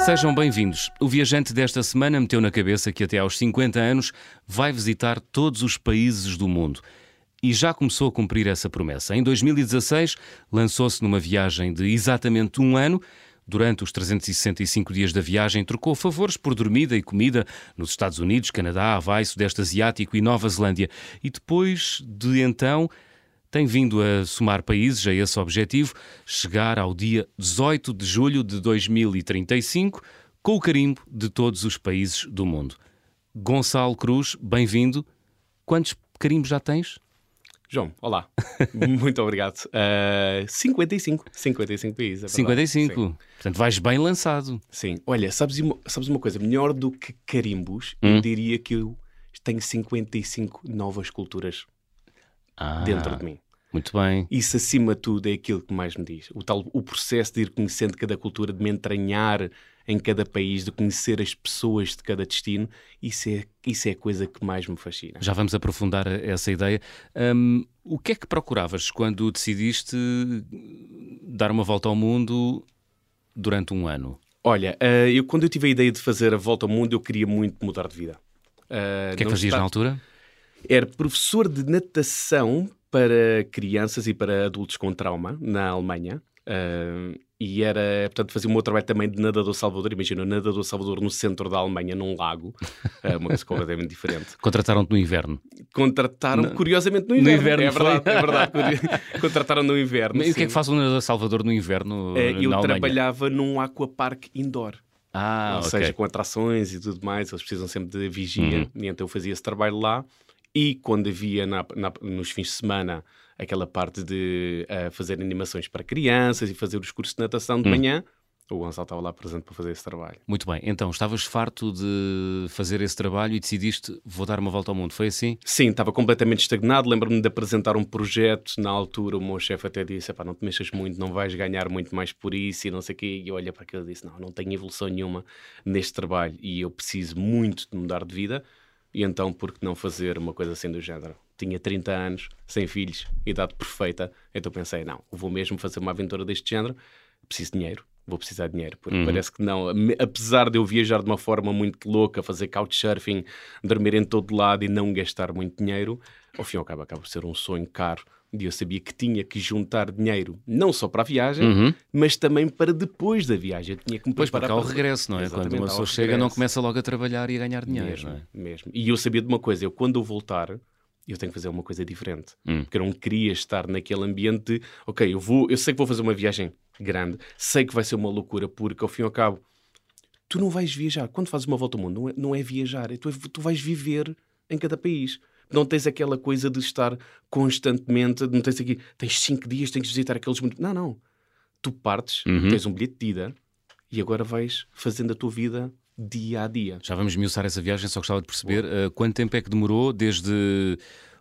Sejam bem-vindos. O viajante desta semana meteu na cabeça que até aos 50 anos vai visitar todos os países do mundo. E já começou a cumprir essa promessa. Em 2016, lançou-se numa viagem de exatamente um ano. Durante os 365 dias da viagem, trocou favores por dormida e comida nos Estados Unidos, Canadá, Havaí, Sudeste Asiático e Nova Zelândia. E depois de então, tem vindo a somar países a esse objetivo, chegar ao dia 18 de julho de 2035, com o carimbo de todos os países do mundo. Gonçalo Cruz, bem-vindo. Quantos carimbos já tens? João, olá. Muito obrigado. 55 países. É 55. Sim. Portanto, vais bem lançado. Sim. Olha, sabes uma coisa? Melhor do que carimbos, eu diria que eu tenho 55 novas culturas dentro de mim. Muito bem. Isso, acima de tudo, é aquilo que mais me diz. O processo de ir conhecendo cada cultura, de me entranhar em cada país, de conhecer as pessoas de cada destino, isso é a coisa que mais me fascina. Já vamos aprofundar essa ideia. O que é que procuravas quando decidiste dar uma volta ao mundo durante um ano? Olha, quando eu tive a ideia de fazer a volta ao mundo, eu queria muito mudar de vida. O que é que fazias na altura? Era professor de natação para crianças e para adultos com trauma na Alemanha. E portanto, fazia o meu trabalho também de nadador salvador. Imagina, nadador salvador no centro da Alemanha, num lago. Uma coisa completamente diferente. Contrataram-te no inverno? Contrataram-me, curiosamente, no inverno. No inverno, é verdade. Contrataram-me no inverno. E o que é que faz um nadador salvador no inverno na Eu Alemanha? trabalhava num aquapark indoor. Ou ok. seja, com atrações e tudo mais. Eles precisam sempre de vigia. E então eu fazia esse trabalho lá. E quando havia nos fins de semana aquela parte de fazer animações para crianças e fazer os cursos de natação de manhã, o Gonçalo estava lá presente para fazer esse trabalho. Muito bem. Então, estavas farto de fazer esse trabalho e decidiste, vou dar uma volta ao mundo. Foi assim? Sim, estava completamente estagnado. Lembro-me de apresentar um projeto. Na altura o meu chefe até disse, não te mexas muito, não vais ganhar muito mais por isso e não sei o quê. E eu olhei para aquilo e disse, não tenho evolução nenhuma neste trabalho e eu preciso muito de mudar de vida. E então, por que não fazer uma coisa assim do género? Tinha 30 anos, sem filhos, idade perfeita. Então pensei, vou mesmo fazer uma aventura deste género. Preciso de dinheiro, vou precisar de dinheiro. Porque parece que não. Apesar de eu viajar de uma forma muito louca, fazer couchsurfing, dormir em todo lado e não gastar muito dinheiro, ao fim e ao cabo acaba por ser um sonho caro. E eu sabia que tinha que juntar dinheiro, não só para a viagem, mas também para depois da viagem. Eu tinha que me preparar porque ao regresso, não é? Exatamente, quando uma pessoa chega, não começa logo a trabalhar e a ganhar dinheiro, não é? Mesmo. E eu sabia de uma coisa, quando eu voltar, eu tenho que fazer uma coisa diferente. Porque eu não queria estar naquele ambiente de, ok, eu sei que vou fazer uma viagem grande, sei que vai ser uma loucura, porque ao fim e ao cabo, tu não vais viajar. Quando fazes uma volta ao mundo, não é viajar, tu vais viver em cada país. Não tens aquela coisa de estar constantemente, não tens aqui, tens 5 dias, tens que visitar aqueles... Não. Tu partes, tens um bilhete de ida e agora vais fazendo a tua vida dia a dia. Já vamos esmiuçar essa viagem, só gostava de perceber quanto tempo é que demorou desde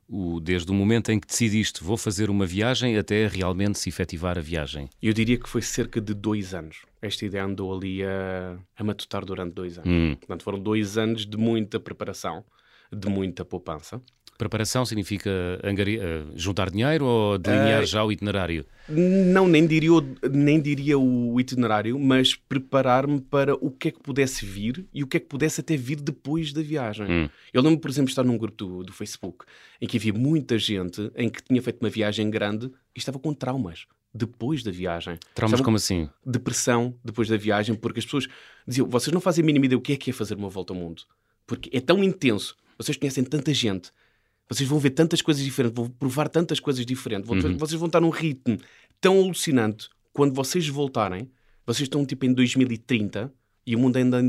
o momento em que decidiste vou fazer uma viagem até realmente se efetivar a viagem? Eu diria que foi cerca de 2 anos. Esta ideia andou ali a matutar durante 2 anos. Portanto, foram 2 anos de muita preparação, de muita poupança. Preparação significa juntar dinheiro ou delinear já o itinerário? Não, nem diria o itinerário, mas preparar-me para o que é que pudesse vir e o que é que pudesse até vir depois da viagem. Eu lembro, por exemplo, de estar num grupo do Facebook em que havia muita gente em que tinha feito uma viagem grande e estava com traumas depois da viagem. Traumas como assim? Depressão depois da viagem, porque as pessoas diziam, vocês não fazem a mínima ideia o que é fazer uma volta ao mundo. Porque é tão intenso, vocês conhecem tanta gente, vocês vão ver tantas coisas diferentes, vão provar tantas coisas diferentes, vocês vão estar num ritmo tão alucinante. Quando vocês voltarem, vocês estão tipo em 2030 e o mundo ainda em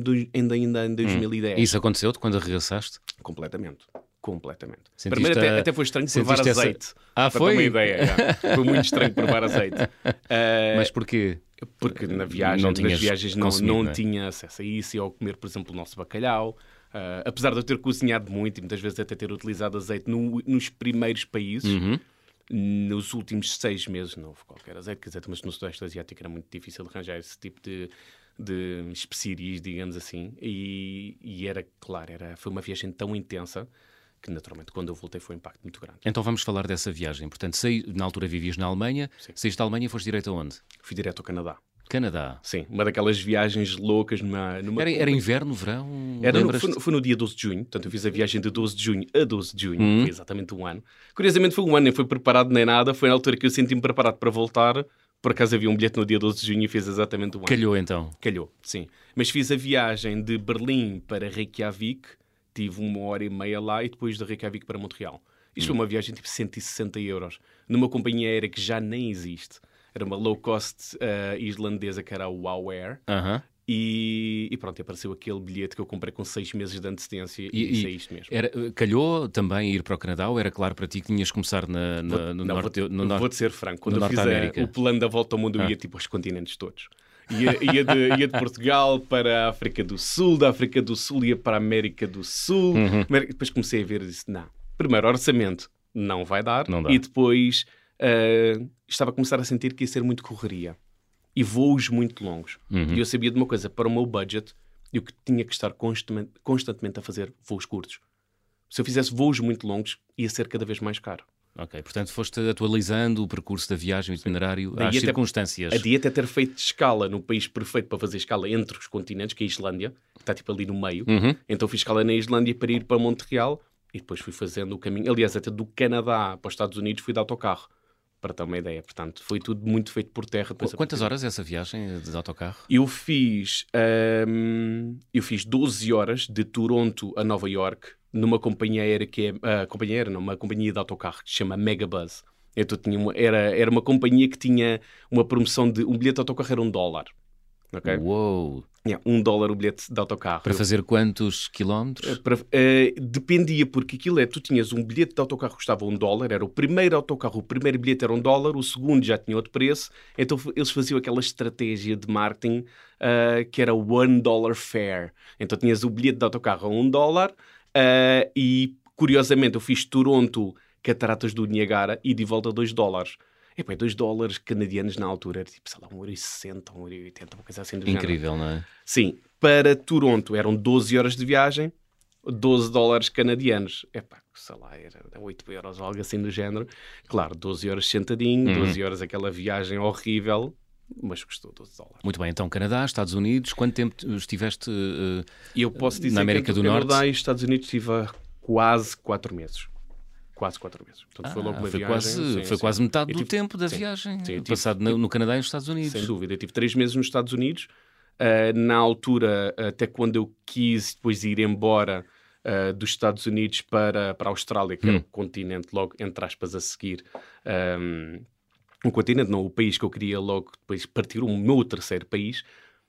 2010. Isso aconteceu-te quando regressaste? Completamente. Sentiste Primeiro até foi estranho provar azeite. Foi? Uma ideia. Foi muito estranho provar azeite. Mas porquê? Porque nas viagens não tinha acesso a isso. E ao comer, por exemplo, o nosso bacalhau, apesar de eu ter cozinhado muito e muitas vezes até ter utilizado azeite nos primeiros países, nos últimos 6 meses não houve qualquer azeite, quer dizer, mas no Sudeste Asiático era muito difícil de arranjar esse tipo de especiarias, digamos assim, e foi uma viagem tão intensa que naturalmente quando eu voltei foi um impacto muito grande. Então vamos falar dessa viagem. Portanto, na altura vivias na Alemanha, saíste da Alemanha e foste direto aonde? Fui direto ao Canadá. Canadá. Sim, uma daquelas viagens loucas numa Era inverno, verão? Foi no dia 12 de junho, portanto eu fiz a viagem de 12 de junho a 12 de junho, foi exatamente um ano. Curiosamente foi um ano, nem foi preparado nem nada, foi na altura que eu senti-me preparado para voltar. Por acaso havia um bilhete no dia 12 de junho e fiz exatamente um ano. Calhou então? Calhou, sim. Mas fiz a viagem de Berlim para Reykjavik, tive 1h30 lá e depois de Reykjavik para Montreal. Isto foi uma viagem tipo 160 euros, numa companhia aérea que já nem existe. Era uma low cost islandesa que era a WOW Air. E pronto, apareceu aquele bilhete que eu comprei com 6 meses de antecedência e disse é isto mesmo. Calhou também ir para o Canadá ou era claro para ti que tinhas que começar no norte? Vou-te ser franco, quando eu fiz o plano da volta ao mundo, eu ia tipo aos continentes todos. Ia de Portugal para a África do Sul, da África do Sul ia para a América do Sul. Depois comecei a ver e disse, não, primeiro orçamento não vai dar. Não dá. E depois estava a começar a sentir que ia ser muito correria. E voos muito longos. E eu sabia de uma coisa, para o meu budget, eu que tinha que estar constantemente a fazer voos curtos. Se eu fizesse voos muito longos, ia ser cada vez mais caro. Ok, portanto foste atualizando o percurso da viagem, o itinerário, às circunstâncias. A dieta é ter feito escala no país perfeito para fazer escala entre os continentes, que é a Islândia, que está tipo ali no meio. Então fiz escala na Islândia para ir para Montreal e depois fui fazendo o caminho. Aliás, até do Canadá para os Estados Unidos fui de autocarro. Para ter uma ideia, portanto, foi tudo muito feito por terra. Quantas horas essa viagem de autocarro? Eu fiz 12 horas de Toronto a Nova York numa companhia aérea que é uma companhia de autocarro que se chama Megabus. Então era uma companhia que tinha uma promoção de um bilhete de autocarro era $1. Okay? Uou! $1 o bilhete de autocarro. Para fazer quantos quilómetros? Dependia, porque aquilo tu tinhas um bilhete de autocarro que custava $1, era o primeiro autocarro, o primeiro bilhete era $1, o segundo já tinha outro preço, então eles faziam aquela estratégia de marketing que era o $1 fare. Então tinhas o bilhete de autocarro a $1 e, curiosamente, eu fiz Toronto, Cataratas do Niagara e de volta a $2. $2 canadianos na altura, era tipo, sei lá, 1,60€, 1,80€, uma coisa assim do género. Incrível, não é? Sim. Para Toronto eram 12 horas de viagem, $12 canadianos. Sei lá, era 8€ ou algo assim do género. Claro, 12 horas sentadinho, 12 horas aquela viagem horrível, mas custou $12. Muito bem, então Canadá, Estados Unidos, quanto tempo estiveste eu posso dizer na América do Norte? Canadá e Estados Unidos estive há quase 4 meses. Quase 4 meses. Portanto, foi logo uma viagem. Foi quase metade do tempo da viagem, passado no Canadá e nos Estados Unidos. Sem dúvida. Eu tive 3 meses nos Estados Unidos. Na altura, até quando eu quis depois ir embora dos Estados Unidos para a Austrália, que era o continente logo, entre aspas, a seguir. O continente, não, o país que eu queria logo depois partir, o meu terceiro país.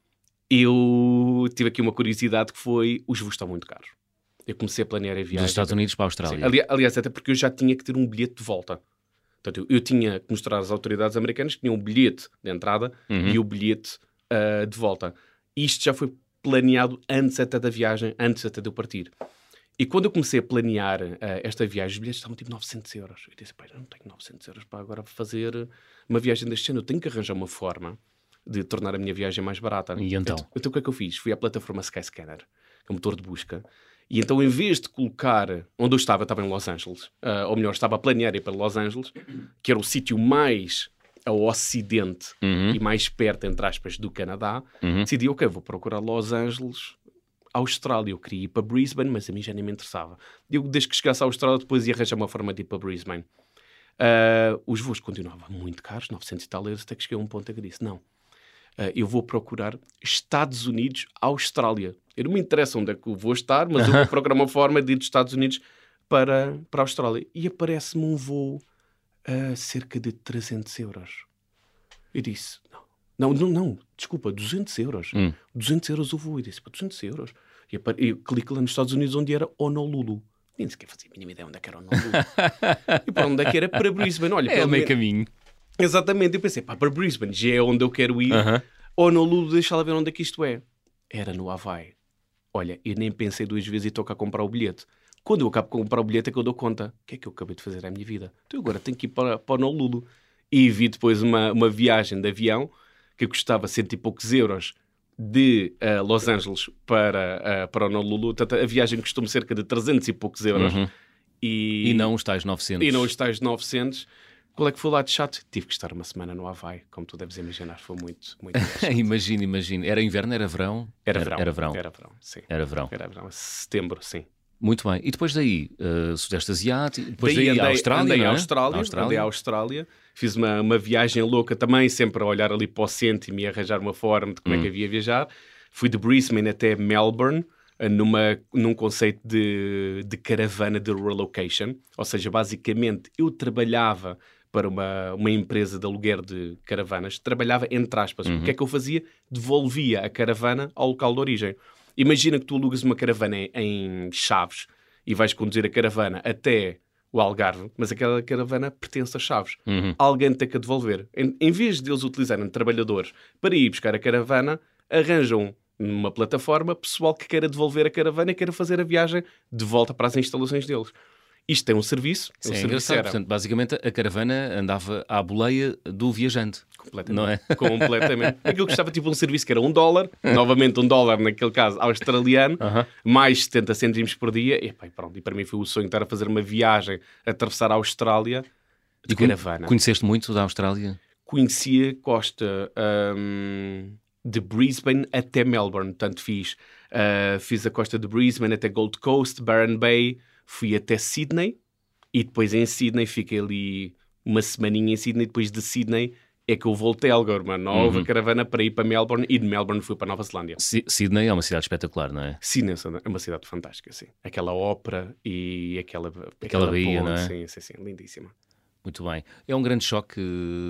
Eu tive aqui uma curiosidade que foi, os voos estão muito caros. Eu comecei a planear a viagem. Dos Estados Unidos para a Austrália. Sim. Aliás, até porque eu já tinha que ter um bilhete de volta. Portanto, eu tinha que mostrar às autoridades americanas que tinha um bilhete de entrada e o bilhete de volta. Isto já foi planeado antes até da viagem, antes até de eu partir. E quando eu comecei a planear esta viagem, os bilhetes estavam tipo €900. Eu disse, eu não tenho €900 para agora fazer uma viagem deste ano. Eu tenho que arranjar uma forma de tornar a minha viagem mais barata. E então? Então o que é que eu fiz? Fui à plataforma Skyscanner, que é um motor de busca. E então, em vez de colocar onde eu estava em Los Angeles, ou melhor, estava a planear ir para Los Angeles, que era o sítio mais ao ocidente e mais perto, entre aspas, do Canadá, decidi, ok, vou procurar Los Angeles, Austrália. Eu queria ir para Brisbane, mas a mim já nem me interessava. Eu, desde que chegasse à Austrália, depois ia arranjar uma forma de ir para Brisbane. Os voos continuavam muito caros, 900 e tal euros, até que cheguei a um ponto que disse, não, eu vou procurar Estados Unidos, Austrália. Eu não me interessa onde é que eu vou estar, mas eu vou procurar uma forma de ir dos Estados Unidos para a Austrália. E aparece-me um voo a cerca de €300. Eu disse, não, desculpa, €200. €200 o voo. Eu disse, €200? E eu clico lá nos Estados Unidos onde era Honolulu. Nem sequer fazia a mínima ideia onde é que era Honolulu. E para onde é que era? Para Brisbane. Olha, é meio caminho. Exatamente, eu pensei, para Brisbane já é onde eu quero ir, Honolulu, deixa lá ver onde é que isto é. Era no Havaí. Olha, eu nem pensei 2 vezes e estou cá a comprar o bilhete. Quando eu acabo de comprar o bilhete é que eu dou conta. O que é que eu acabei de fazer à minha vida? Então agora tenho que ir para Honolulu. E vi depois uma viagem de avião que custava 100 e poucos euros de Los Angeles para Honolulu. Portanto, a viagem custou-me cerca de 300 e poucos euros. E não os tais 900. E não os tais 900. Qual é que foi o lado chato? Tive que estar uma semana no Havaí, como tu deves imaginar, foi muito, muito chato. Imagino. Era inverno, era verão? Era verão, sim. Era verão. Era verão, setembro, sim. Muito bem. E depois daí, Sudeste Asiático, depois daí andei, à Austrália, andei não é? Andei à Austrália, fiz uma viagem louca também, sempre a olhar ali para o cêntimo e arranjar uma forma de como é que havia viajar. Fui de Brisbane até Melbourne, num conceito de caravana de relocation, ou seja, basicamente eu trabalhava para uma empresa de aluguer de caravanas, trabalhava entre aspas. O que é que eu fazia? Devolvia a caravana ao local de origem. Imagina que tu alugas uma caravana em Chaves e vais conduzir a caravana até o Algarve, mas aquela caravana pertence a Chaves. Alguém tem que a devolver. Em vez de eles utilizarem trabalhadores para ir buscar a caravana, arranjam numa plataforma pessoal que queira devolver a caravana e queira fazer a viagem de volta para as instalações deles. Isto tem um serviço. Sim, é engraçado. Portanto, basicamente a caravana andava à boleia do viajante. Completamente. Não é? Completamente. Aquilo que estava tipo um serviço que era $1, novamente $1 naquele caso australiano, mais 70 cêntimos por dia. E para mim foi o sonho estar a fazer uma viagem, atravessar a Austrália de caravana. Conheceste muito da Austrália? Conhecia costa de Brisbane até Melbourne. Portanto, fiz a costa de Brisbane até Gold Coast, Byron Bay, fui até Sydney e depois em Sydney fiquei ali uma semaninha em Sydney. Depois de Sydney é que eu voltei a Algarve, uma nova caravana para ir para Melbourne, e de Melbourne fui para Nova Zelândia. Sydney é uma cidade espetacular, não é? Sydney é uma cidade fantástica, sim. Aquela ópera e aquela baía, ponte, não é? Sim, lindíssima. Muito bem. É um grande choque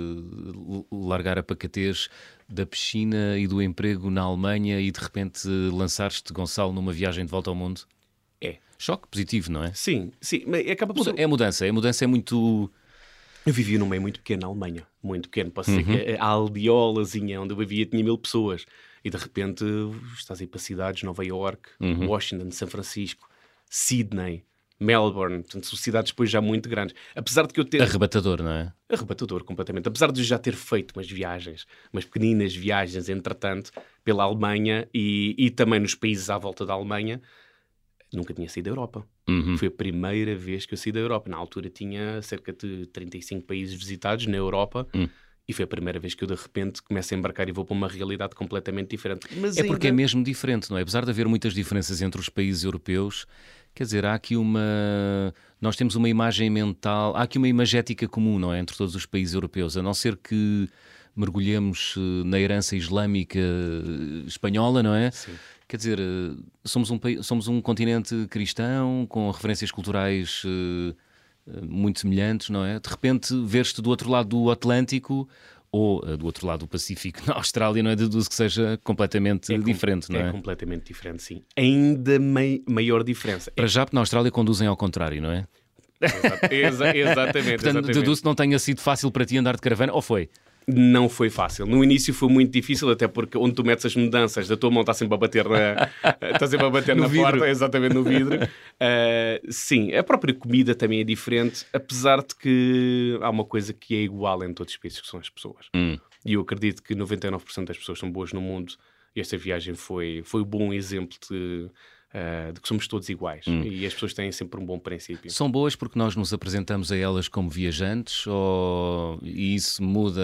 largar a pacatez da piscina e do emprego na Alemanha e de repente lançares-te, Gonçalo, numa viagem de volta ao mundo? É. Choque positivo, não é? Sim. Mas acaba por ser... É mudança. A mudança é muito... Eu vivia num meio muito pequeno na Alemanha. Muito pequeno. Posso dizer que a aldeolazinha onde eu vivia tinha 1000 pessoas. E de repente estás aí para cidades, Nova York, Washington, São Francisco, Sydney, Melbourne. Portanto, são cidades depois já muito grandes. Apesar de que eu ter... Arrebatador, não é? Arrebatador, completamente. Apesar de eu já ter feito umas pequeninas viagens, entretanto, pela Alemanha e também nos países à volta da Alemanha, nunca tinha saído da Europa. Foi a primeira vez que eu saí da Europa. Na altura tinha cerca de 35 países visitados na Europa e foi a primeira vez que eu de repente começo a embarcar e vou para uma realidade completamente diferente. Mas é porque é mesmo diferente, não é? Apesar de haver muitas diferenças entre os países europeus, quer dizer, há aqui nós temos uma imagem mental, há aqui uma imagética comum, não é? Entre todos os países europeus, a não ser que mergulhemos na herança islâmica espanhola, não é? Sim. Quer dizer, somos um continente cristão, com referências culturais muito semelhantes, não é? De repente, ver-te do outro lado do Atlântico ou do outro lado do Pacífico, na Austrália, não é? Deduzo que seja completamente diferente, não é? É completamente diferente, sim. Ainda maior diferença. Para já, porque na Austrália conduzem ao contrário, não é? Exatamente. Portanto, deduzo que não tenha sido fácil para ti andar de caravana, ou foi? Não foi fácil. No início foi muito difícil, até porque onde tu metes as mudanças, da tua mão está sempre a bater na porta, exatamente no vidro. Sim, a própria comida também é diferente, apesar de que há uma coisa que é igual em todos os países, que são as pessoas. E eu acredito que 99% das pessoas são boas no mundo, e esta viagem foi um bom exemplo de que somos todos iguais e as pessoas têm sempre um bom princípio. São boas porque nós nos apresentamos a elas como viajantes e isso muda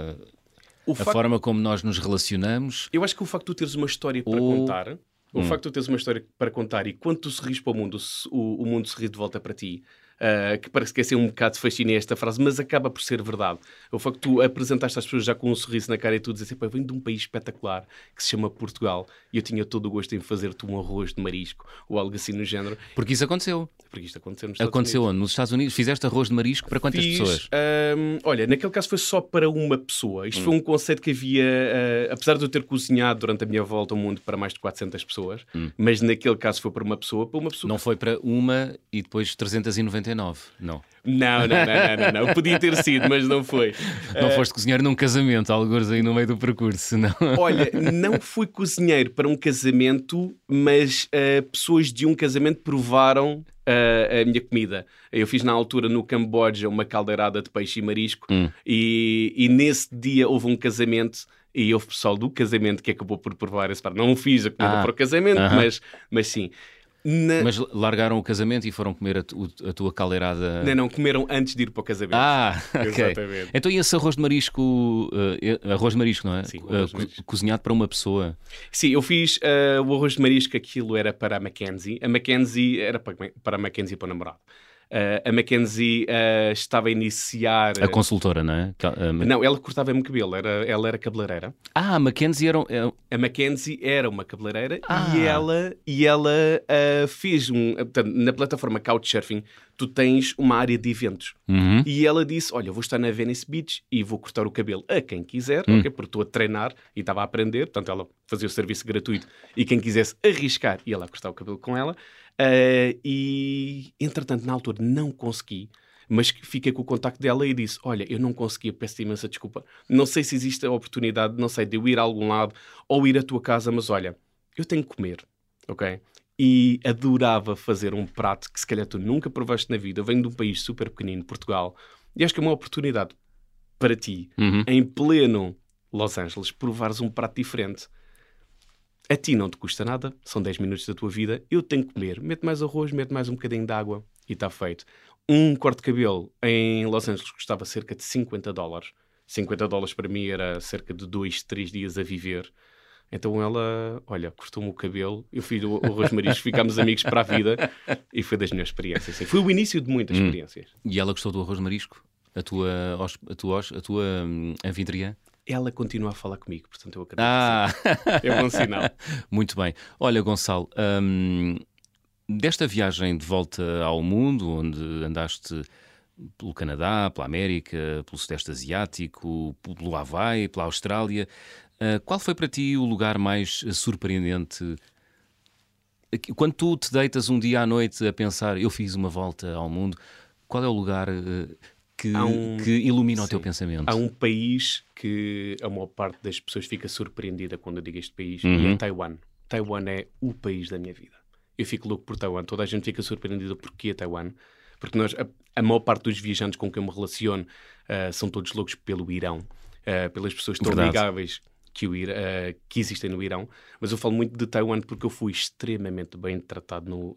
a forma como nós nos relacionamos? Eu acho que o facto de tu teres uma história para contar, o facto de tu teres uma história para contar e quando tu sorris para o mundo sorri de volta para ti, que parece que é assim um bocado fascinante esta frase, mas acaba por ser verdade. O facto de tu apresentaste às pessoas já com um sorriso na cara e tu dizes assim, eu venho de um país espetacular que se chama Portugal e eu tinha todo o gosto em fazer-te um arroz de marisco ou algo assim no género. Porque isso aconteceu. Porque isto aconteceu nos Estados Aconteceu Unidos. onde? Nos Estados Unidos? Fizeste arroz de marisco para quantas pessoas? Olha, naquele caso foi só para uma pessoa. Isto foi um conceito que havia, apesar de eu ter cozinhado durante a minha volta ao mundo para mais de 400 pessoas, mas naquele caso foi para uma pessoa. Não foi para uma e depois 399, não. Não. Podia ter sido, mas não foi. Não foste cozinheiro num casamento, alguns aí no meio do percurso, não? Olha, não fui cozinheiro para um casamento, mas pessoas de um casamento provaram a minha comida. Eu fiz na altura no Camboja uma caldeirada de peixe e marisco e nesse dia houve um casamento e houve pessoal do casamento que acabou por provar esse prato. Não fiz a comida para o casamento, mas sim. Mas largaram o casamento e foram comer a tua caldeirada? Não, comeram antes de ir para o casamento. Ok. Exatamente. Então e esse arroz de marisco, arroz de marisco, não é? Sim, arroz de marisco. Cozinhado para uma pessoa? Sim, eu fiz o arroz de marisco, aquilo era para a Mackenzie. A Mackenzie era para a Mackenzie e para o namorado. A Mackenzie estava a iniciar... A consultora, não é? Não, ela cortava-me o cabelo, ela era cabeleireira. A Mackenzie era... A Mackenzie era uma cabeleireira e ela fez portanto, na plataforma Couchsurfing tu tens uma área de eventos. Uhum. E ela disse, olha, vou estar na Venice Beach e vou cortar o cabelo a quem quiser, ok? Porque estou a treinar e estava a aprender, portanto ela fazia o serviço gratuito e quem quisesse arriscar ia lá cortar o cabelo com ela. E entretanto na altura não consegui, mas fiquei com o contacto dela e disse, olha, eu não consegui, peço imensa desculpa, não sei se existe a oportunidade, não sei, de eu ir a algum lado ou ir à tua casa, mas olha, eu tenho que comer, ok? E adorava fazer um prato que se calhar tu nunca provaste na vida. Eu venho de um país super pequenino, Portugal, e acho que é uma oportunidade para ti, em pleno Los Angeles, provares um prato diferente. A ti não te custa nada, são 10 minutos da tua vida, eu tenho que comer. Mete mais arroz, mete mais um bocadinho de água e está feito. Um corte de cabelo em Los Angeles custava cerca de $50. $50 para mim era cerca de 2, 3 dias a viver. Então ela, olha, cortou-me o cabelo, eu fiz o arroz de marisco, ficámos amigos para a vida e foi das minhas experiências. Sim. Foi o início de muitas experiências. E ela gostou do arroz de marisco? A tua anfitriã? Ela continua a falar comigo, portanto eu acredito. É um bom sinal. Muito bem. Olha, Gonçalo, desta viagem de volta ao mundo, onde andaste pelo Canadá, pela América, pelo Sudeste Asiático, pelo Havaí, pela Austrália, qual foi para ti o lugar mais surpreendente? Quando tu te deitas um dia à noite a pensar, eu fiz uma volta ao mundo, qual é o lugar que ilumina o teu pensamento? Há um país que a maior parte das pessoas fica surpreendida quando eu digo este país, e é Taiwan. Taiwan é o país da minha vida. Eu fico louco por Taiwan. Toda a gente fica surpreendida porque Taiwan. Porque a maior parte dos viajantes com quem eu me relaciono são todos loucos pelo Irão, pelas pessoas tão amigáveis que existem no Irão. Mas eu falo muito de Taiwan porque eu fui extremamente bem tratado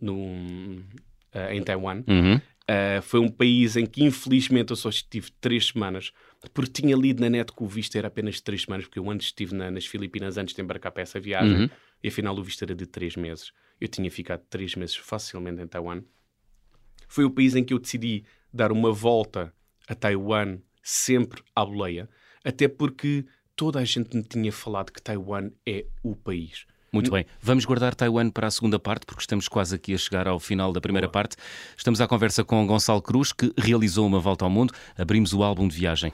em Taiwan. Foi um país em que infelizmente eu só estive 3 semanas, porque tinha lido na net que o visto era apenas 3 semanas, porque eu antes estive nas Filipinas antes de embarcar para essa viagem, e afinal o visto era de 3 meses. Eu tinha ficado 3 meses facilmente em Taiwan. Foi o país em que eu decidi dar uma volta a Taiwan sempre à boleia, até porque toda a gente me tinha falado que Taiwan é o país. Muito bem. Vamos guardar Taiwan para a segunda parte, porque estamos quase aqui a chegar ao final da primeira parte. Estamos à conversa com Gonçalo Cruz, que realizou uma volta ao mundo. Abrimos o álbum de viagem.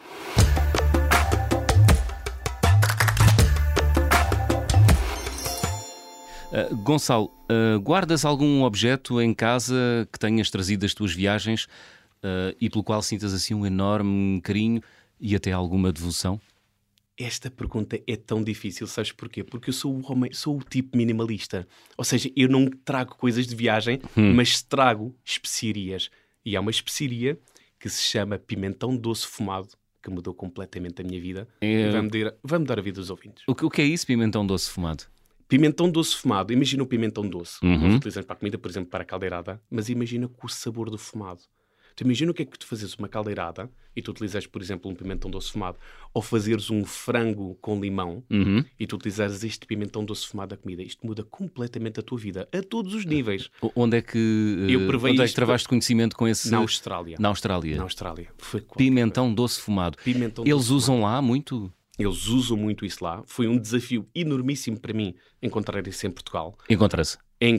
Gonçalo, guardas algum objeto em casa que tenhas trazido das tuas viagens e pelo qual sintas assim um enorme carinho e até alguma devoção? Esta pergunta é tão difícil, sabes porquê? Porque eu sou o tipo minimalista. Ou seja, eu não trago coisas de viagem, mas trago especiarias. E há uma especiaria que se chama pimentão doce fumado, que mudou completamente a minha vida. E vai mudar a vida dos ouvintes. O que é isso, pimentão doce fumado? Pimentão doce fumado. Imagina o pimentão doce. Nós utilizamos para a comida, por exemplo, para a caldeirada, mas imagina com o sabor do fumado. Tu imagina o que é que tu fazes uma caldeirada e tu utilizas, por exemplo, um pimentão doce fumado, ou fazeres um frango com limão e tu utilizares este pimentão doce fumado da comida. Isto muda completamente a tua vida, a todos os níveis. Onde é que travaste conhecimento com esse? Na Austrália. Na Austrália. Na Austrália. Foi pimentão doce fumado. Eles usam lá muito? Eles usam muito isso lá. Foi um desafio enormíssimo para mim encontrar isso em Portugal. Encontra-se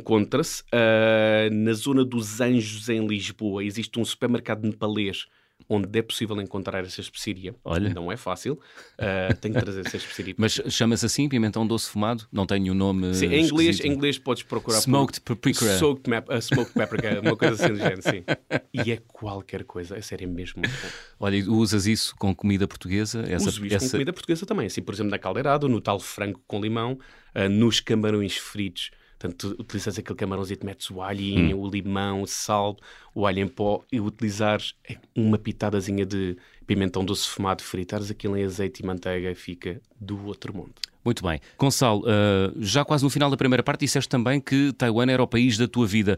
na zona dos Anjos, em Lisboa. Existe um supermercado nepalês onde é possível encontrar essa especiaria. Olha. Não é fácil. Tenho que trazer essa especiaria. Mas chama-se assim, pimentão doce fumado? Não tem o nome. Sim, em inglês podes procurar Smoked paprika. Smoked paprika, uma coisa assim do género, sim. E é qualquer coisa, é sério mesmo. Olha, usas isso com comida portuguesa? Uso isso com comida portuguesa também. Assim, por exemplo, na caldeirada, no tal frango com limão, nos camarões fritos. Portanto, utilizas aquele camarãozinho, metes o alhinho, o limão, o sal, o alho em pó e utilizares uma pitadazinha de pimentão doce fumado, fritares aquilo em azeite e manteiga, fica do outro mundo. Muito bem. Gonçalo, já quase no final da primeira parte disseste também que Taiwan era o país da tua vida.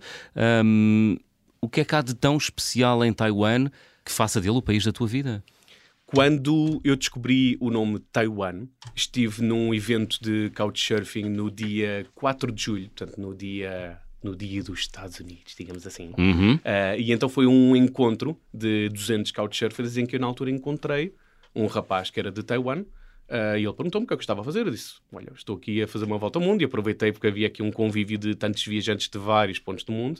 O que é que há de tão especial em Taiwan que faça dele o país da tua vida? Quando eu descobri o nome Taiwan, estive num evento de Couchsurfing no dia 4 de julho, portanto no dia dos Estados Unidos, digamos assim. E então foi um encontro de 200 Couchsurfers em que eu na altura encontrei um rapaz que era de Taiwan. E ele perguntou-me o que é que eu estava a fazer. Eu disse, olha, estou aqui a fazer uma volta ao mundo, e aproveitei porque havia aqui um convívio de tantos viajantes de vários pontos do mundo,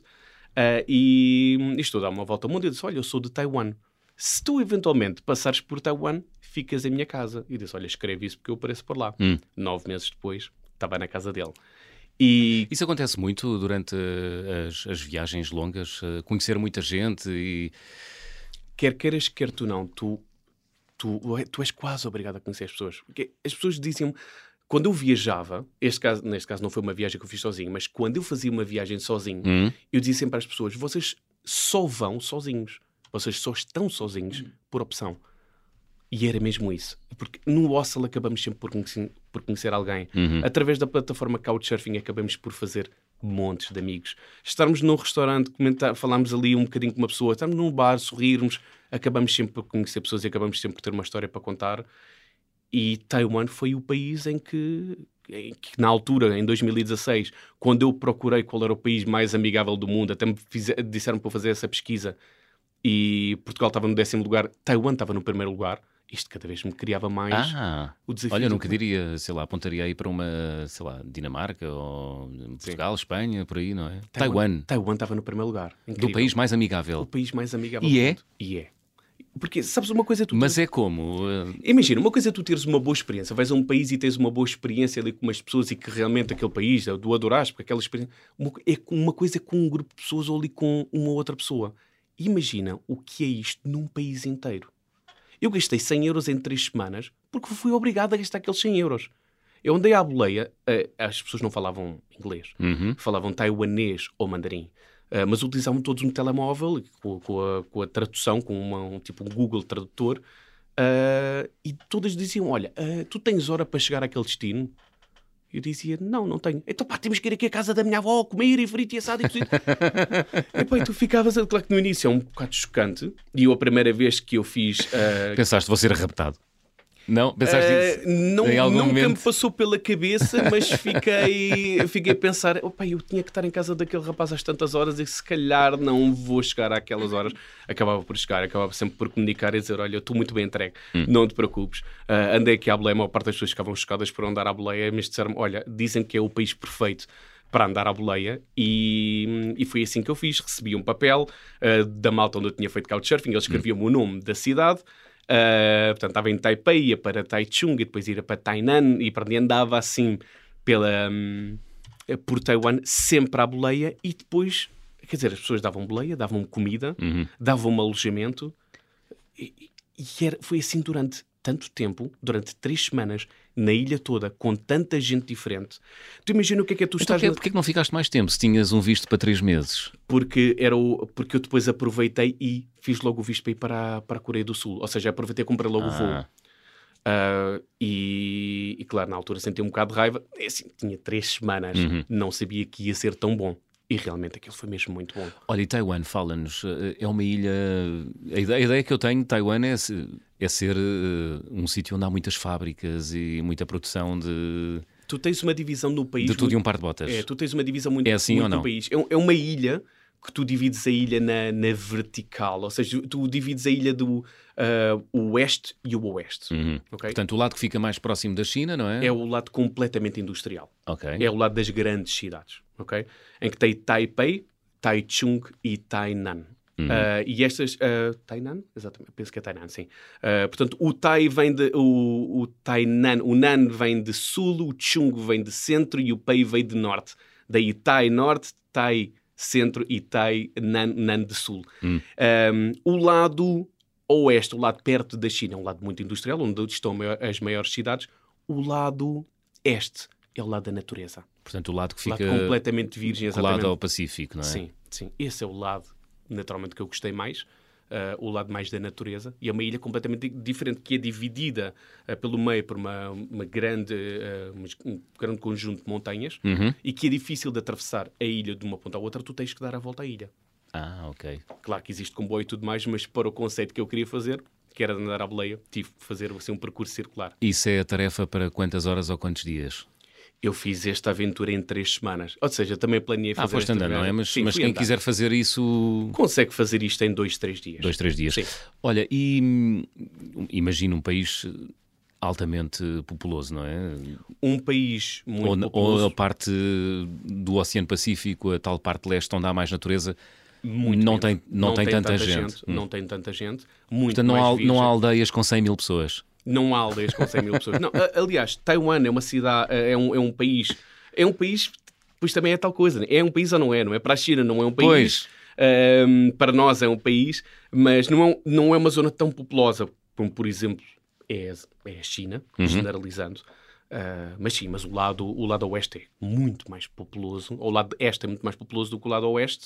e estou a dar uma volta ao mundo. E eu disse, olha, eu sou de Taiwan. Se tu eventualmente passares por Taiwan, ficas em minha casa. E eu disse, olha, escreve isso porque eu apareço por lá. 9 meses depois, estava na casa dele. E isso acontece muito durante as viagens longas, conhecer muita gente e... Quer queiras, quer tu não, tu és quase obrigado a conhecer as pessoas. Porque as pessoas diziam-me, quando eu viajava, neste caso não foi uma viagem que eu fiz sozinho, mas quando eu fazia uma viagem sozinho, eu dizia sempre às pessoas, vocês só vão sozinhos. Vocês só estão sozinhos por opção. E era mesmo isso. Porque no hostel acabamos sempre por conhecer alguém. Através da plataforma Couchsurfing acabamos por fazer montes de amigos. Estarmos num restaurante, falarmos ali um bocadinho com uma pessoa, estarmos num bar, sorrirmos, acabamos sempre por conhecer pessoas e acabamos sempre por ter uma história para contar. E Taiwan foi o país em que na altura, em 2016, quando eu procurei qual era o país mais amigável do mundo, até me disseram para fazer essa pesquisa, e Portugal estava no 10º lugar, Taiwan estava no 1º lugar. Isto cada vez me criava mais o desafio. Olha, eu nunca diria, sei lá, apontaria aí para uma, sei lá, Dinamarca ou Portugal, Espanha, por aí, não é? Taiwan estava no 1º lugar. Incrível. Do país mais amigável. O país mais amigável do mundo. E é. Porque, sabes, uma coisa... Mas é como? Imagina, uma coisa é tu teres uma boa experiência. Vais a um país e tens uma boa experiência ali com umas pessoas e que realmente aquele país, tu adoraste, porque aquela experiência... Uma coisa é com um grupo de pessoas ou ali com uma outra pessoa. Imagina o que é isto num país inteiro. Eu gastei 100 euros em 3 semanas porque fui obrigado a gastar aqueles 100 euros. Eu andei à boleia, as pessoas não falavam inglês, falavam taiwanês ou mandarim, mas utilizavam todos um telemóvel com a tradução, com tipo um Google Tradutor, e todas diziam, olha, tu tens hora para chegar àquele destino? Eu dizia, não tenho. Então pá, temos que ir aqui à casa da minha avó, comer e frito e assado e tudo. E tu ficavas... Claro que no início é um bocado chocante. E eu, a primeira vez que eu fiz... Pensaste, vou ser raptado? Não? Pensaste isso em algum nunca momento? Me passou pela cabeça, mas fiquei a pensar, opa, eu tinha que estar em casa daquele rapaz às tantas horas e se calhar não vou chegar àquelas horas. Acabava por chegar, acabava sempre por comunicar e dizer, olha, eu estou muito bem entregue, não te preocupes. Andei aqui à boleia, a maior parte das pessoas ficavam chocadas por andar à boleia, mas disseram-me, olha, dizem que é o país perfeito para andar à boleia, e foi assim que eu fiz. Recebi um papel da malta onde eu tinha feito Couchsurfing, eles escreviam-me o nome da cidade. Portanto, estava em Taipei, ia para Taichung e depois ia para Tainan, e para onde andava assim por Taiwan, sempre à boleia. E depois, quer dizer, as pessoas davam boleia, davam comida, davam alojamento, e foi assim durante tanto tempo, durante 3 semanas, na ilha toda, com tanta gente diferente. Tu imagina o que é tu então, estás... Porquê que não ficaste mais tempo se tinhas um visto para 3 meses? Porque eu depois aproveitei e fiz logo o visto para ir para a Coreia do Sul. Ou seja, aproveitei e comprei logo o voo. E claro, na altura senti um bocado de raiva. É assim, tinha 3 semanas, não sabia que ia ser tão bom. E realmente aquilo foi mesmo muito bom. Olha, e Taiwan, fala-nos, é uma ilha... A ideia que eu tenho de Taiwan é ser um sítio onde há muitas fábricas e muita produção de... Tu tens uma divisão no país... De tudo e um par de botas. Tu tens uma divisão muito, assim muito ou não? no país. É uma ilha que tu divides a ilha na vertical. Ou seja, tu divides a ilha do oeste e o oeste. Okay? Portanto, o lado que fica mais próximo da China, não é? É o lado completamente industrial. Okay. É o lado das grandes cidades. Okay? Em que tem Taipei, Taichung e Tainan. E estas... Tainan? Exatamente, penso que é Tainan, sim. Portanto, o Tai vem de... O Tainan, o Nan vem de sul, o Chung vem de centro e o Pei vem de norte. Daí Tai norte, Tai centro e Tai Nan de sul. O lado oeste, o lado perto da China, é um lado muito industrial, onde estão as maiores cidades. O lado este é o lado da natureza. Portanto, o lado que fica completamente virgem, colado ao Pacífico, não é? Sim. Esse é o lado, naturalmente, que eu gostei mais. o lado mais da natureza, e é uma ilha completamente diferente, que é dividida pelo meio por um grande conjunto de montanhas, e que é difícil de atravessar a ilha de uma ponta à outra, tu tens que dar a volta à ilha. Ah, ok. Claro que existe comboio e tudo mais, mas para o conceito que eu queria fazer, que era de andar à boleia, tive que fazer assim, um percurso circular. Isso é a tarefa para quantas horas ou quantos dias? Eu fiz esta aventura em 3 semanas. Ou seja, também planeei fazer foste andando, não é? Mas Sim, quem andar. quiser fazer isso... Consegue fazer isto em 2, 3 dias. 2, 3 dias. Sim. Olha, e imagina um país altamente populoso, não é? Um país muito populoso. Ou a parte do Oceano Pacífico, a tal parte leste onde há mais natureza, Muito não menos. tem tanta gente. Não tem tanta gente. Muito Portanto, mais não há aldeias com 100 mil pessoas. Não há aldeias com 100 mil pessoas. Não, aliás, Taiwan é uma cidade, é um país... É um país, pois também é tal coisa. Né? É um país ou não é? Não é para a China, não é um país. Para nós é um país, mas não é uma zona tão populosa como, por exemplo, é a China, generalizando. Mas sim, mas o lado oeste é muito mais populoso. O lado este é muito mais populoso do que o lado oeste.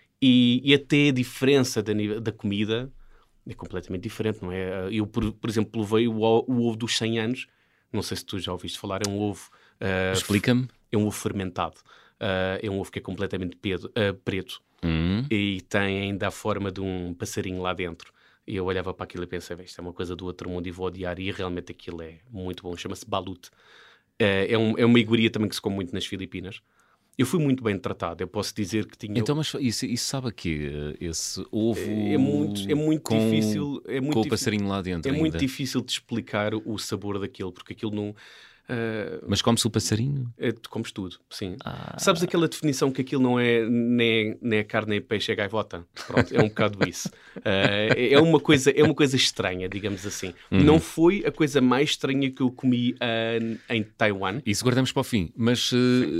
E até a diferença da comida é completamente diferente, não é? Eu, por exemplo, levei o ovo dos 100 anos. Não sei se tu já ouviste falar, é um ovo... Explica-me. É um ovo fermentado. É um ovo que é completamente preto. E tem ainda a forma de um passarinho lá dentro. E eu olhava para aquilo e pensava, isto é uma coisa do outro mundo e vou odiar. E realmente aquilo é muito bom. Chama-se balut. É uma iguaria também que se come muito nas Filipinas. Eu fui muito bem tratado. Eu posso dizer que tinha... Então, mas isso sabe a quê? Esse ovo é muito difícil. Com o passarinho lá dentro É ainda. muito difícil de explicar o sabor daquilo, porque aquilo não... Mas come-se o passarinho? Tu comes tudo, sim. Sabes aquela definição que aquilo não é nem carne, nem peixe, é gaivota? Pronto, é um bocado isso. É uma coisa estranha, digamos assim. Não foi a coisa mais estranha que eu comi em Taiwan. Isso guardamos para o fim. Mas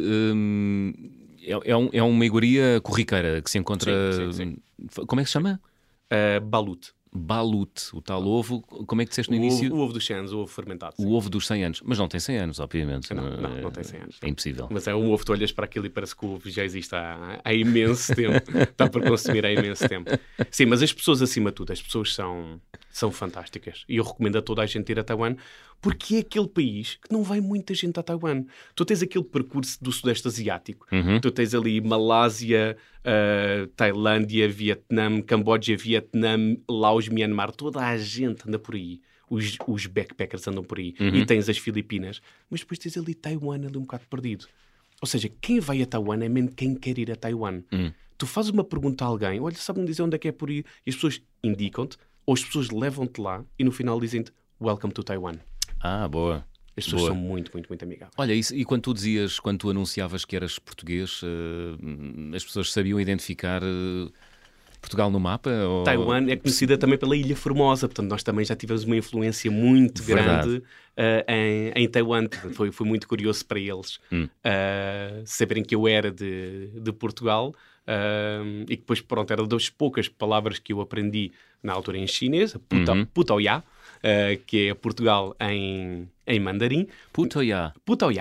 é uma iguaria corriqueira que se encontra... Sim. Como é que se chama? Balut. Balut, o tal ovo, como é que disseste no início? O ovo dos 100 anos, o ovo fermentado. O ovo dos 100 anos, mas não tem 100 anos, obviamente. Não tem 100 anos. É impossível. Mas é um ovo, tu olhas para aquilo e parece que o ovo já existe há imenso tempo. Está para consumir há imenso tempo. Sim, mas as pessoas, acima de tudo, as pessoas são fantásticas. E eu recomendo a toda a gente ir a Taiwan, porque é aquele país que não vai muita gente a Taiwan. Tu tens aquele percurso do Sudeste Asiático. Tu tens ali Malásia, Tailândia, Vietnã, Camboja, Vietnã, Laos, Myanmar. Toda a gente anda por aí. Os backpackers andam por aí. E tens as Filipinas. Mas depois tens ali Taiwan, ali um bocado perdido. Ou seja, quem vai a Taiwan é mesmo quem quer ir a Taiwan. Tu fazes uma pergunta a alguém, olha, sabe-me dizer onde é que é por aí? E as pessoas indicam-te, ou as pessoas levam-te lá e no final dizem-te, welcome to Taiwan. Boa. As pessoas são muito, muito, muito amigáveis. Olha, e quando tu anunciavas que eras português, as pessoas sabiam identificar Portugal no mapa? Ou... Taiwan é conhecida também pela Ilha Formosa, portanto nós também já tivemos uma influência muito grande em Taiwan. Portanto, foi muito curioso para eles saberem que eu era de Portugal e que depois, pronto, era das poucas palavras que eu aprendi na altura em chinês, Putoya, que é Portugal em mandarim. Putoya.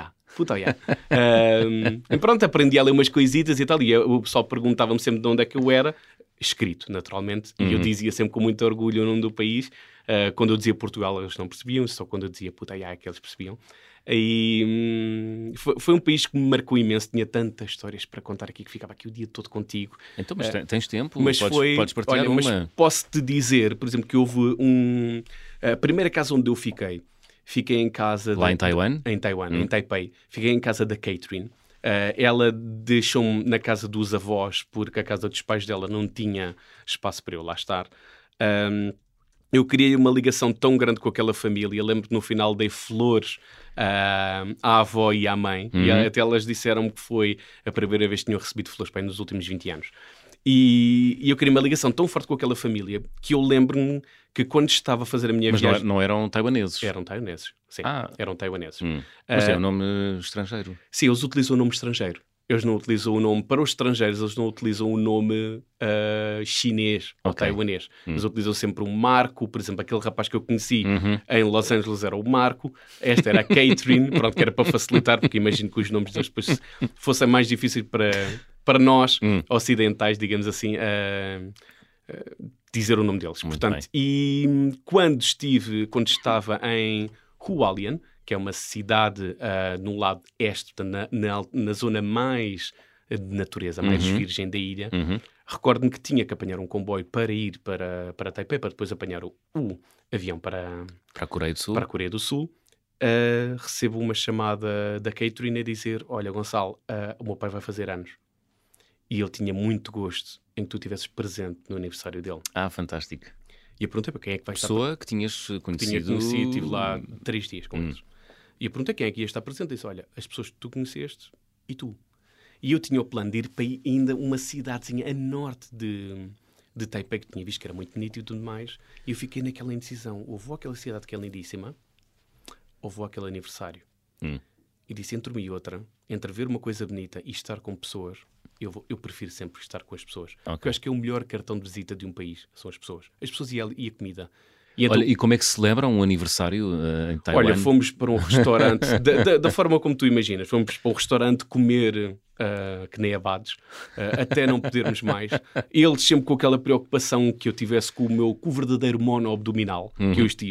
Pronto, aprendi a ler umas coisitas e tal, e o pessoal perguntava-me sempre de onde é que eu era, escrito, naturalmente, e eu dizia sempre com muito orgulho o nome do país. Quando eu dizia Portugal, eles não percebiam, só quando eu dizia Putoya é que eles percebiam. E foi um país que me marcou imenso, tinha tantas histórias para contar aqui, que ficava aqui o dia todo contigo. Então, mas tens tempo? Mas podes partilhar olha, uma? Mas posso-te dizer, por exemplo, que houve a primeira casa onde eu fiquei em casa... Lá em Taiwan? Em Taiwan, em Taipei. Fiquei em casa da Catherine. Ela deixou-me na casa dos avós, porque a casa dos pais dela não tinha espaço para eu lá estar. Eu criei uma ligação tão grande com aquela família. Lembro que no final dei flores à avó e à mãe. E até elas disseram-me que foi a primeira vez que tinham recebido flores para nos últimos 20 anos. E eu criei uma ligação tão forte com aquela família que eu lembro-me que quando estava a fazer a minha viagem... Mas não eram taiwaneses? Eram taiwaneses, sim. Eram taiwaneses. Mas é um nome estrangeiro? Sim, eles utilizam o nome estrangeiro. Eles não utilizam o nome... Para os estrangeiros, eles não utilizam o nome chinês ou taiwanês. Eles utilizam sempre um Marco. Por exemplo, aquele rapaz que eu conheci em Los Angeles era o Marco. Esta era a Catherine. Pronto, que era para facilitar, porque imagino que os nomes deles depois fossem mais difíceis para nós, ocidentais, digamos assim, dizer o nome deles. Muito Portanto, bem. e quando estava em Hualien, que é uma cidade no lado este, portanto, na zona mais de natureza, mais virgem da ilha, recordo-me que tinha que apanhar um comboio para ir para Taipei, para depois apanhar o avião para a Coreia do Sul. Para a Coreia do Sul. Recebo uma chamada da Catherine a dizer: olha, Gonçalo, o meu pai vai fazer anos. E ele tinha muito gosto em que tu estivesses presente no aniversário dele. Fantástico. E eu perguntei para quem é que vai estar Pessoa que tinhas conhecido. Tinha conhecido, estive lá 3 dias com eles. E eu perguntei quem é que ia estar presente. E disse: olha, as pessoas que tu conheceste e tu. E eu tinha o plano de ir para ainda uma cidadezinha a norte de Taipei, que tinha visto que era muito bonito e tudo mais. E eu fiquei naquela indecisão: ou vou àquela cidade que é lindíssima, ou vou àquele aniversário. E disse, entre uma e outra, entre ver uma coisa bonita e estar com pessoas, eu prefiro sempre estar com as pessoas. Porque eu acho que é o melhor cartão de visita de um país, são as pessoas. As pessoas e a comida. E então, Olha, e como é que se celebra um aniversário em Taiwan? olha, fomos para um restaurante, da forma como tu imaginas, fomos para um restaurante comer que nem abados, até não podermos mais. Eles sempre com aquela preocupação que eu tivesse com o verdadeiro mono-abdominal que eu estive.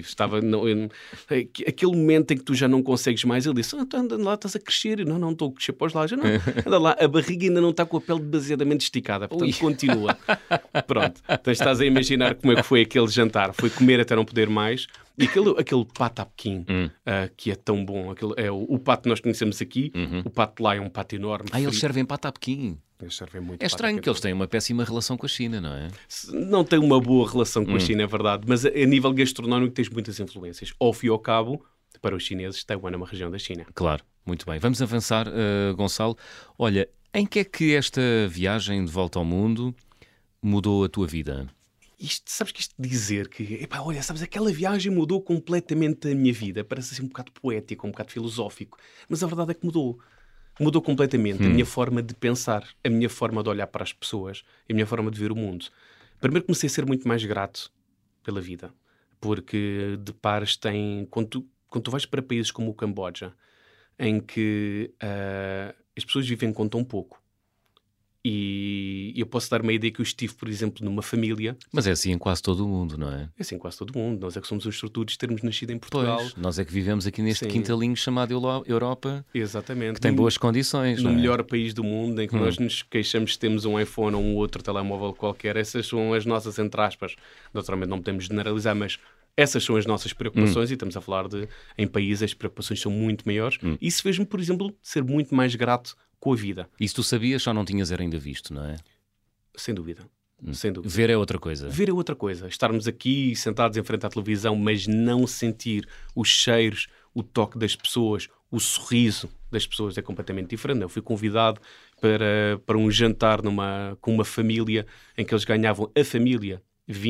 Aquele momento em que tu já não consegues mais, ele disse, anda lá, estás a crescer. Não estou a crescer para os lados. Não, anda lá, a barriga ainda não está com a pele demasiadamente esticada, portanto continua. Pronto, então estás a imaginar como é que foi aquele jantar. Foi comer até não poder mais. E aquele pato à Pequim, que é tão bom, o pato que nós conhecemos aqui, o pato lá é um pato enorme. Eles servem pato à Pequim. Eles servem muito. É estranho que eles têm uma péssima relação com a China, não é? Não têm uma boa relação com a China, é verdade, mas a nível gastronómico tens muitas influências. Ao fim e ao cabo, para os chineses, Taiwan é uma região da China. Claro, muito bem. Vamos avançar, Gonçalo. Olha, em que é que esta viagem de volta ao mundo mudou a tua vida? Sabes que isto dizer que, olha, sabes, aquela viagem mudou completamente a minha vida. Parece assim um bocado poético, um bocado filosófico. Mas a verdade é que mudou. Mudou completamente a minha forma de pensar, a minha forma de olhar para as pessoas, a minha forma de ver o mundo. Primeiro comecei a ser muito mais grato pela vida. Porque depares quando tu vais para países como o Camboja, em que as pessoas vivem com tão pouco, e eu posso dar uma ideia que eu estive, por exemplo, numa família... Mas é assim em quase todo o mundo, não é? É assim em quase todo o mundo. Nós é que somos os sortudos de termos nascido em Portugal. Pois, nós é que vivemos aqui neste quintalinho chamado Europa. Exatamente. Que tem boas condições, no não é? melhor país do mundo, em que nós nos queixamos que temos um iPhone ou um outro telemóvel qualquer. Essas são as nossas, entre aspas. Naturalmente não podemos generalizar, mas... essas são as nossas preocupações e estamos a falar em países as preocupações são muito maiores. Isso fez-me, por exemplo, ser muito mais grato com a vida. Isso tu sabias, só não tinhas ainda visto, não é? Sem dúvida. Sem dúvida. Ver é outra coisa. Ver é outra coisa. Estarmos aqui sentados em frente à televisão, mas não sentir os cheiros, o toque das pessoas, o sorriso das pessoas é completamente diferente. Eu fui convidado para um jantar com uma família em que eles ganhavam, a família,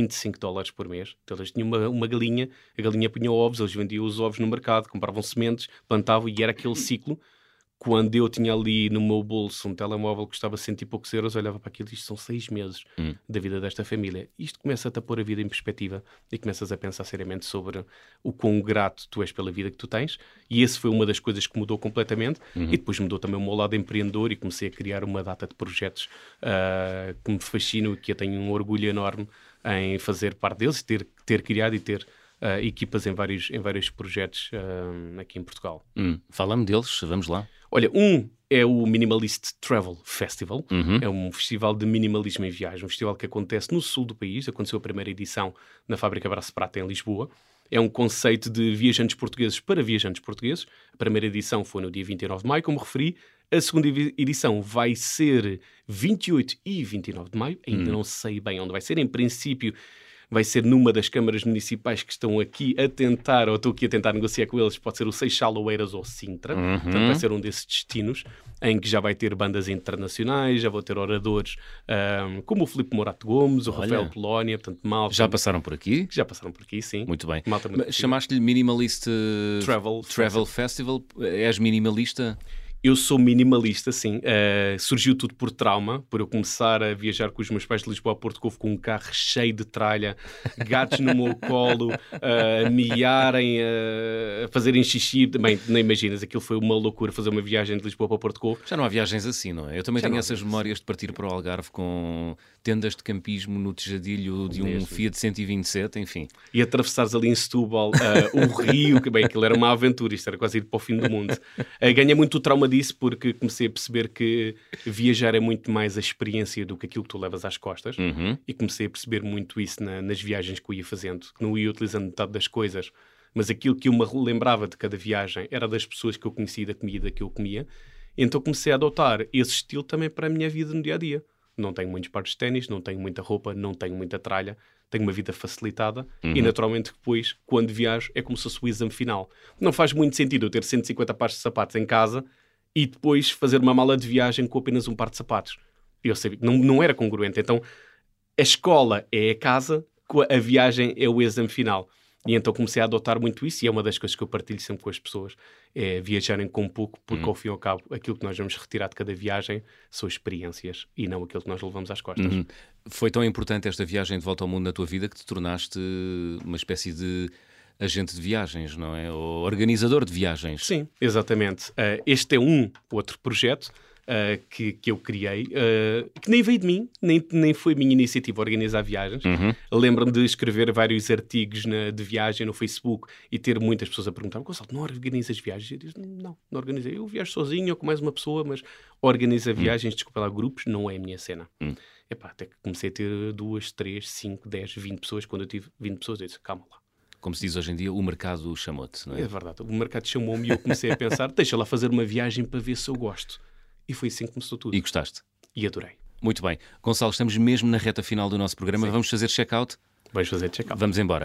$25 por mês. Então eles tinham uma galinha, a galinha punha ovos, eles vendiam os ovos no mercado, compravam sementes, plantavam, e era aquele ciclo. Quando eu tinha ali no meu bolso um telemóvel que custava 100 e poucos euros, eu olhava para aquilo e isto são 6 meses da vida desta família. Isto começa-te a pôr a vida em perspectiva e começas a pensar seriamente sobre o quão grato tu és pela vida que tu tens. E esse foi uma das coisas que mudou completamente. E depois mudou também o meu lado empreendedor e comecei a criar uma data de projetos que me fascinam e que eu tenho um orgulho enorme em fazer parte deles, ter criado e ter equipas em vários projetos aqui em Portugal. Fala-me deles, vamos lá. Olha, é o Minimalist Travel Festival. É um festival de minimalismo em viagem, um festival que acontece no sul do país. Aconteceu a primeira edição na Fábrica Braço Prata, em Lisboa. É um conceito de viajantes portugueses para viajantes portugueses. A primeira edição foi no dia 29 de maio, como referi. A segunda edição vai ser 28 e 29 de maio. Ainda não sei bem onde vai ser. Em princípio, vai ser numa das câmaras municipais que estão aqui a tentar, ou estou aqui a tentar negociar com eles, pode ser o Seixal, Oeiras ou Sintra. Portanto, vai ser um desses destinos em que já vai ter bandas internacionais, já vou ter oradores como o Filipe Morato Gomes, o Rafael Polónia, portanto, malta. Já passaram por aqui? Já passaram por aqui, sim. Muito bem. Malta muito Chamaste-lhe Minimalist Travel Festival. És minimalista? Eu sou minimalista, sim. Surgiu tudo por trauma, por eu começar a viajar com os meus pais de Lisboa a Porto Covo com um carro cheio de tralha, gatos no meu colo, a miarem, a fazerem xixi. Bem, nem imaginas, aquilo foi uma loucura, fazer uma viagem de Lisboa para Porto Covo. Já não há viagens assim, não é? Eu também tenho essas memórias de partir para o Algarve com tendas de campismo no tejadilho de um Fiat 127, enfim. E atravessares ali em Setúbal o rio, que bem, aquilo era uma aventura, isto era quase ir para o fim do mundo. Ganhei muito o trauma disso porque comecei a perceber que viajar é muito mais a experiência do que aquilo que tu levas às costas, e comecei a perceber muito isso nas viagens que eu ia fazendo, que não ia utilizando metade das coisas, mas aquilo que eu me lembrava de cada viagem era das pessoas que eu conhecia e da comida que eu comia. Então comecei a adotar esse estilo também para a minha vida no dia-a-dia. Não tenho muitos pares de ténis, não tenho muita roupa, não tenho muita tralha, tenho uma vida facilitada e naturalmente depois, quando viajo, é como se fosse o exame final. Não faz muito sentido eu ter 150 pares de sapatos em casa e depois fazer uma mala de viagem com apenas um par de sapatos. Eu sabia que não era congruente. Então, a escola é a casa, a viagem é o exame final. E então comecei a adotar muito isso, e é uma das coisas que eu partilho sempre com as pessoas, é viajarem com pouco, porque ao fim e ao cabo, aquilo que nós vamos retirar de cada viagem são experiências, e não aquilo que nós levamos às costas. Foi tão importante esta viagem de volta ao mundo na tua vida que te tornaste uma espécie de agente de viagens, não é? Ou organizador de viagens. Sim, exatamente. Este é outro projeto que eu criei, que nem veio de mim, nem foi minha iniciativa organizar viagens. Lembro-me de escrever vários artigos de viagem no Facebook e ter muitas pessoas a perguntar: Gonçalo, não organizas viagens? Eu disse: não organizei. Eu viajo sozinho ou com mais uma pessoa, mas organizar viagens, desculpa lá, grupos, não é a minha cena. Até que comecei a ter 2, 3, 5, 10, 20 pessoas. Quando eu tive 20 pessoas, eu disse: calma lá. Como se diz hoje em dia, o mercado chamou-te, não é? É verdade, o mercado chamou-me e eu comecei a pensar: deixa lá fazer uma viagem para ver se eu gosto. E foi assim que começou tudo. E gostaste? E adorei. Muito bem. Gonçalo, estamos mesmo na reta final do nosso programa. Sim. Vamos fazer check-out? Vais fazer check-out. Vamos embora.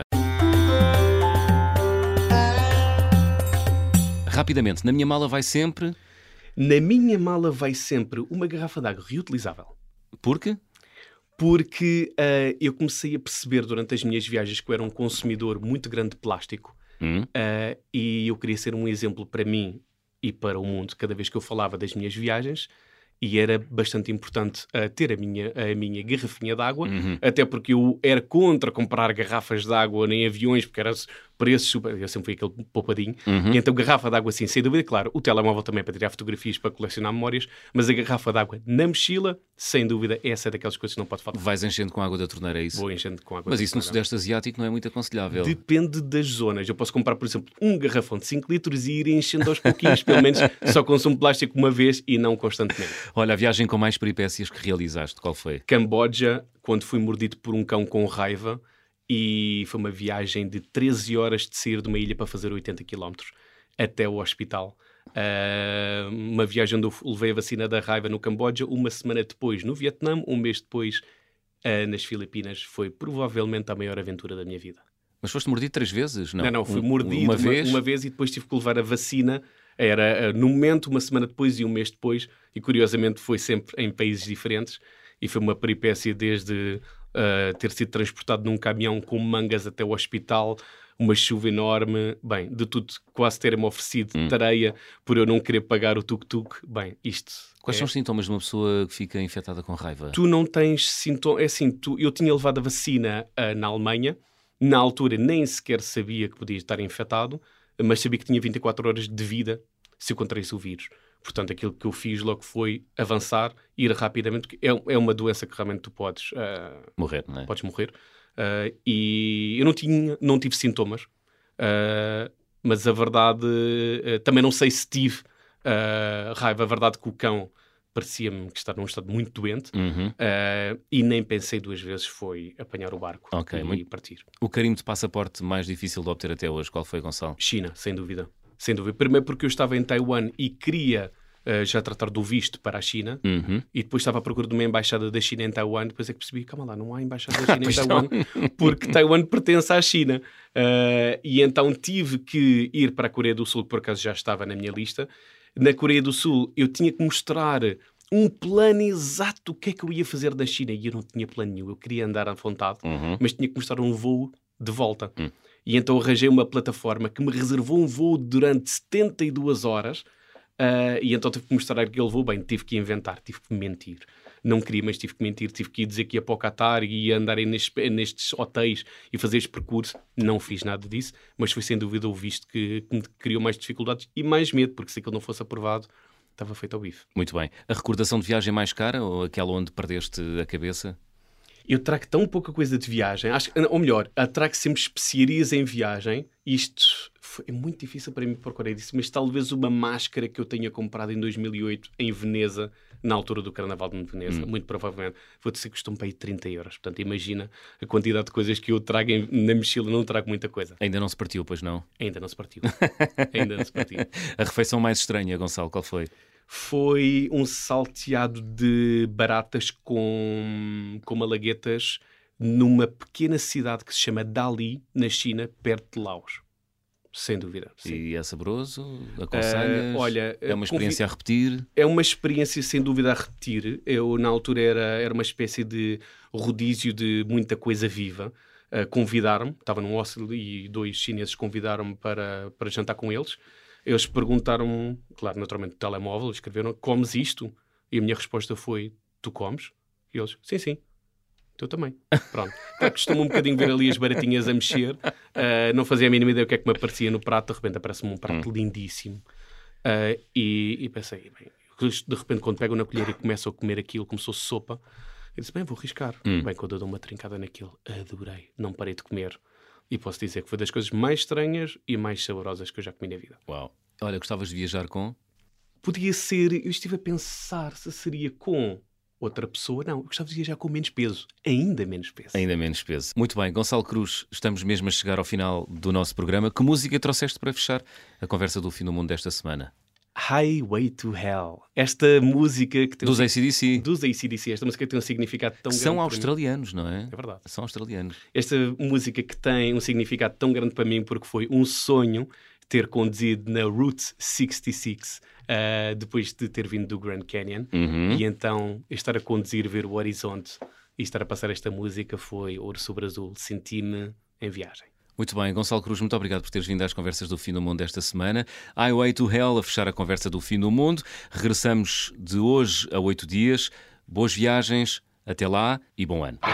Rapidamente, na minha mala vai sempre... Na minha mala vai sempre uma garrafa de água reutilizável. Por quê? Porque eu comecei a perceber durante as minhas viagens que eu era um consumidor muito grande de plástico e eu queria ser um exemplo para mim e para o mundo cada vez que eu falava das minhas viagens, e era bastante importante ter a minha garrafinha de água, até porque eu era contra comprar garrafas de água em aviões, porque era preços super... Eu sempre fui aquele poupadinho. E então garrafa de água assim, sem dúvida, claro. O telemóvel também é para tirar fotografias, para colecionar memórias, mas a garrafa de água na mochila, sem dúvida, essa é daquelas coisas que não pode faltar. Vais enchendo com água da torneira, é isso? Vou enchendo com água Mas da isso no torneira. Sudeste Asiático não é muito aconselhável. Depende das zonas. Eu posso comprar, por exemplo, um garrafão de 5 litros e ir enchendo aos pouquinhos. Pelo menos só consumo plástico uma vez e não constantemente. Olha, a viagem com mais peripécias que realizaste, qual foi? Camboja, quando fui mordido por um cão com raiva, e foi uma viagem de 13 horas de sair de uma ilha para fazer 80 km até o hospital. Uma viagem onde eu levei a vacina da raiva no Camboja, uma semana depois no Vietnã, um mês depois nas Filipinas. Foi provavelmente a maior aventura da minha vida. Mas foste mordido 3 vezes? Não, fui mordido uma vez e depois tive que levar a vacina. Era no momento, uma semana depois e um mês depois, e curiosamente foi sempre em países diferentes, e foi uma peripécia desde ter sido transportado num caminhão com mangas até o hospital, uma chuva enorme, bem, de tudo, quase terem-me oferecido tareia por eu não querer pagar o tuk-tuk. Bem, isto... Quais são os sintomas de uma pessoa que fica infectada com raiva? Tu não tens sintomas... É assim, eu tinha levado a vacina na Alemanha, na altura nem sequer sabia que podia estar infectado, mas sabia que tinha 24 horas de vida se eu contraísse o vírus. Portanto, aquilo que eu fiz logo foi avançar, ir rapidamente, porque é uma doença que realmente tu podes... morrer, não é? Podes morrer. E eu não tive sintomas, mas a verdade... também não sei se tive raiva. A verdade é que o cão parecia-me que estava num estado muito doente, e nem pensei 2 vezes, foi apanhar o barco e partir. O carimbo de passaporte mais difícil de obter até hoje, qual foi, Gonçalo? China, sem dúvida. Sem dúvida. Primeiro porque eu estava em Taiwan e queria já tratar do visto para a China, e depois estava à procura de uma embaixada da China em Taiwan. Depois é que percebi, calma lá, não há embaixada da China em Taiwan, porque Taiwan pertence à China. E então tive que ir para a Coreia do Sul, que por acaso já estava na minha lista. Na Coreia do Sul eu tinha que mostrar um plano exato do que é que eu ia fazer da China, e eu não tinha plano nenhum. Eu queria andar à vontade, mas tinha que mostrar um voo de volta. E então arranjei uma plataforma que me reservou um voo durante 72 horas E então tive que mostrar que ele levou bem, tive que inventar, tive que mentir. Não queria, mas tive que mentir, tive que ir dizer que ia para o Qatar e ia andar nestes hotéis e fazer este percurso. Não fiz nada disso, mas foi sem dúvida o visto que me criou mais dificuldades e mais medo, porque se aquilo não fosse aprovado, estava feito ao bife. Muito bem. A recordação de viagem mais cara ou aquela onde perdeste a cabeça? Eu trago tão pouca coisa de viagem, ou melhor, trago sempre especiarias em viagem. Isto é muito difícil para mim procurar isso, mas talvez uma máscara que eu tenha comprado em 2008 em Veneza, na altura do Carnaval de Veneza, muito provavelmente, vou dizer que custou-me para aí 30 euros. Portanto, imagina a quantidade de coisas que eu trago na mochila, não trago muita coisa. Ainda não se partiu, pois não? Ainda não se partiu. Ainda não se partiu. A refeição mais estranha, Gonçalo, qual foi? Foi um salteado de baratas com malaguetas numa pequena cidade que se chama Dali, na China, perto de Laos. Sem dúvida. Sim. E é saboroso? Aconselhas? Olha, é uma experiência a repetir? É uma experiência sem dúvida a repetir. Eu, na altura, era uma espécie de rodízio de muita coisa viva. Convidaram-me, estava num hostel e 2 chineses convidaram-me para jantar com eles. Eles perguntaram-me, claro, naturalmente, no telemóvel, escreveram: comes isto? E a minha resposta foi: tu comes? E eles: sim, sim. Tu também. Pronto. Costumo um bocadinho ver ali as baratinhas a mexer. Não fazia a mínima ideia o que é que me aparecia no prato. De repente aparece-me um prato lindíssimo. E pensei, bem, de repente quando pego na colher e começo a comer aquilo como se fosse sopa, eu disse, bem, vou arriscar. Bem, quando eu dou uma trincada naquilo, adorei. Não parei de comer. E posso dizer que foi das coisas mais estranhas e mais saborosas que eu já comi na vida. Uau. Olha, gostavas de viajar com? Podia ser, eu estive a pensar se seria com outra pessoa. Não, eu gostava de viajar com menos peso. Ainda menos peso. Ainda menos peso. Muito bem, Gonçalo Cruz, estamos mesmo a chegar ao final do nosso programa. Que música trouxeste para fechar a conversa do Fim do Mundo desta semana? Highway to Hell. Esta música que tem dos AC/DC. Dos AC/DC. Esta música tem um significado tão grande. São australianos, não é? É verdade. São australianos. Esta música que tem um significado tão grande para mim porque foi um sonho ter conduzido na Route 66 depois de ter vindo do Grand Canyon. E então estar a conduzir, ver o horizonte e estar a passar esta música foi ouro sobre azul. Senti-me em viagem. Muito bem, Gonçalo Cruz, muito obrigado por teres vindo às conversas do Fim do Mundo esta semana. Highway to Hell, a fechar a conversa do Fim do Mundo. Regressamos de hoje a 8 dias. Boas viagens, até lá e bom ano.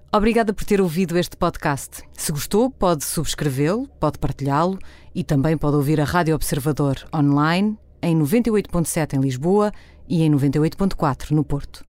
Obrigada por ter ouvido este podcast. Se gostou, pode subscrevê-lo, pode partilhá-lo e também pode ouvir a Rádio Observador online em 98.7 em Lisboa e em 98.4 no Porto.